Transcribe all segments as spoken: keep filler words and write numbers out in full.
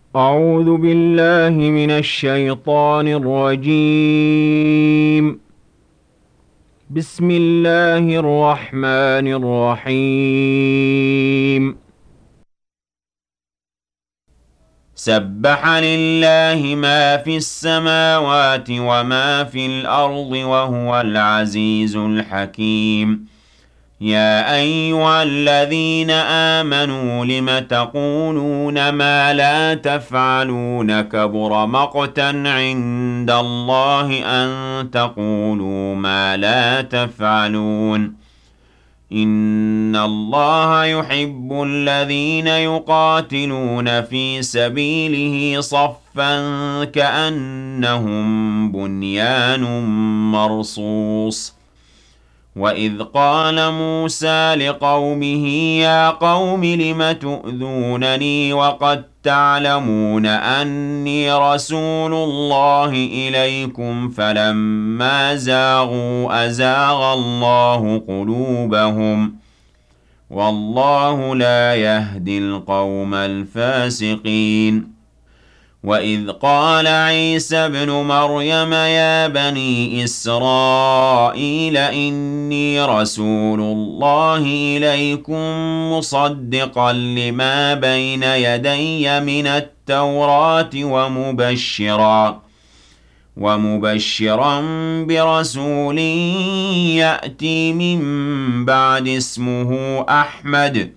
أعوذ بالله من الشيطان الرجيم. بسم الله الرحمن الرحيم. سبح لله ما في السماوات وما في الأرض وهو العزيز الحكيم. يا أيها الذين آمنوا لم تقولون ما لا تفعلون كبر مقتا عند الله أن تقولوا ما لا تفعلون. إن الله يحب الذين يقاتلون في سبيله صفا كأنهم بنيان مرصوص. وَإِذْ قَالَ مُوسَىٰ لِقَوْمِهِ يَا قَوْمِ لِمَ تُؤْذُونَنِي وَقَد تَّعْلَمُونَ أَنِّي رَسُولُ اللَّهِ إِلَيْكُمْ فَلَمَّا زَاغُوا أَزَاغَ اللَّهُ قُلُوبَهُمْ وَاللَّهُ لَا يَهْدِي الْقَوْمَ الْفَاسِقِينَ. وَإِذْ قَالَ عِيسَى ابْنُ مَرْيَمَ يَا بَنِي إِسْرَائِيلَ إِنِّي رَسُولُ اللَّهِ إِلَيْكُم مُّصَدِّقًا لِّمَا بَيْنَ يَدَيَّ مِنَ التَّوْرَاةِ وَمُبَشِّرًا وَمُبَشِّرًا بِرَسُولٍ يَأْتِي مِن بَعْدِ اسْمُهُ أَحْمَدُ.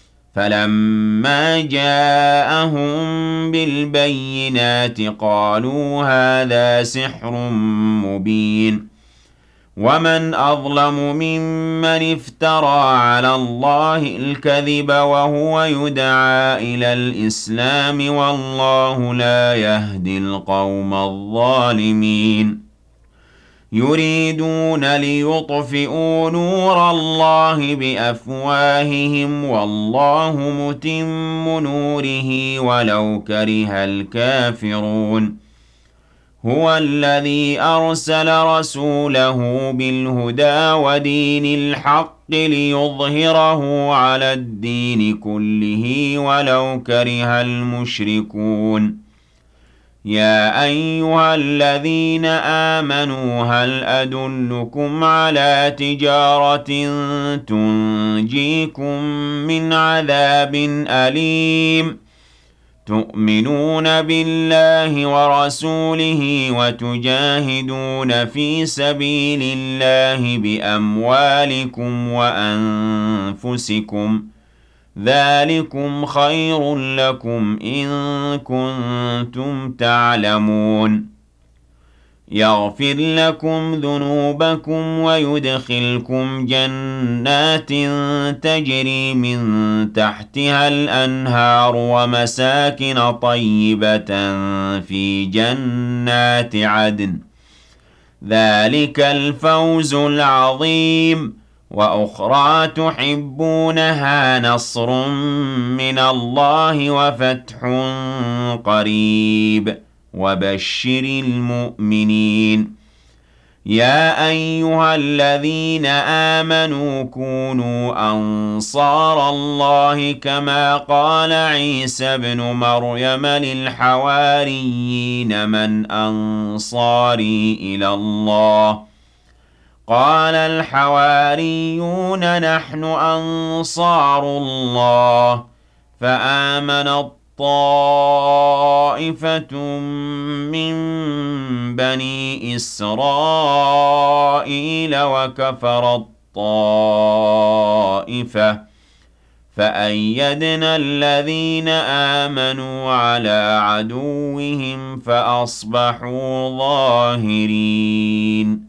فَلَمَّا جَاءَهُم بِالْبَيِّنَاتِ قَالُوا هَٰذَا سِحْرٌ مُّبِينٌ. وَمَنْ أَظْلَمُ مِمَّنِ افْتَرَىٰ عَلَى اللَّهِ الْكَذِبَ وَهُوَ يُدْعَىٰ إِلَى الْإِسْلَامِ وَاللَّهُ لَا يَهْدِي الْقَوْمَ الظَّالِمِينَ. يُرِيدُونَ لِيُطْفِئُوا نُورَ اللَّهِ بِأَفْوَاهِهِمْ وَاللَّهُ مُتِمُّ نُورِهِ وَلَوْ كَرِهَ الْكَافِرُونَ. هُوَ الَّذِي أَرْسَلَ رَسُولَهُ بِالْهُدَىٰ وَدِينِ الْحَقِّ لِيُظْهِرَهُ عَلَى الدِّينِ كُلِّهِ وَلَوْ كَرِهَ الْمُشْرِكُونَ. يَا أَيُّهَا الَّذِينَ آمَنُوا هَلْ أَدُلُّكُمْ عَلَىٰ تِجَارَةٍ تُنجِيكُم مِّنْ عَذَابٍ أَلِيمٍ تُؤْمِنُونَ بِاللَّهِ وَرَسُولِهِ وَتُجَاهِدُونَ فِي سَبِيلِ اللَّهِ بِأَمْوَالِكُمْ وَأَنفُسِكُمْ ۚ ذَٰلِكُمْ خَيْرٌ لَّكُمْ إِن كُنتُمْ تَعْلَمُونَ. يَغْفِرْ لَكُمْ ذُنُوبَكُمْ وَيُدْخِلْكُمْ جَنَّاتٍ تَجْرِي مِن تَحْتِهَا الْأَنْهَارُ وَمَسَاكِنَ طَيِّبَةً فِي جَنَّاتِ عَدْنٍ ۚ ذَٰلِكَ الْفَوْزُ الْعَظِيمُ. وَأُخْرَىٰ تُحِبُّونَهَا نَصْرٌ مِّنَ اللَّهِ وَفَتْحٌ قَرِيبٌ وَبَشِّرِ الْمُؤْمِنِينَ. يَا أَيُّهَا الَّذِينَ آمَنُوا كُونُوا أَنصَارَ اللَّهِ كَمَا قَالَ عِيسَى ابْنُ مَرْيَمَ لِلْحَوَارِيِّينَ مَنْ أَنصَارِي إِلَى اللَّهِ قَالَ الْحَوَارِيُّونَ نَحْنُ أَنصَارُ اللَّهِ. فَآمَنَت طَّائِفَةٌ مِّن بَنِي إِسْرَائِيلَ وَكَفَرَت طَّائِفَةٌ فَأَيَّدْنَا الَّذِينَ آمَنُوا عَلَىٰ عَدُوِّهِمْ فَأَصْبَحُوا ظَاهِرِينَ.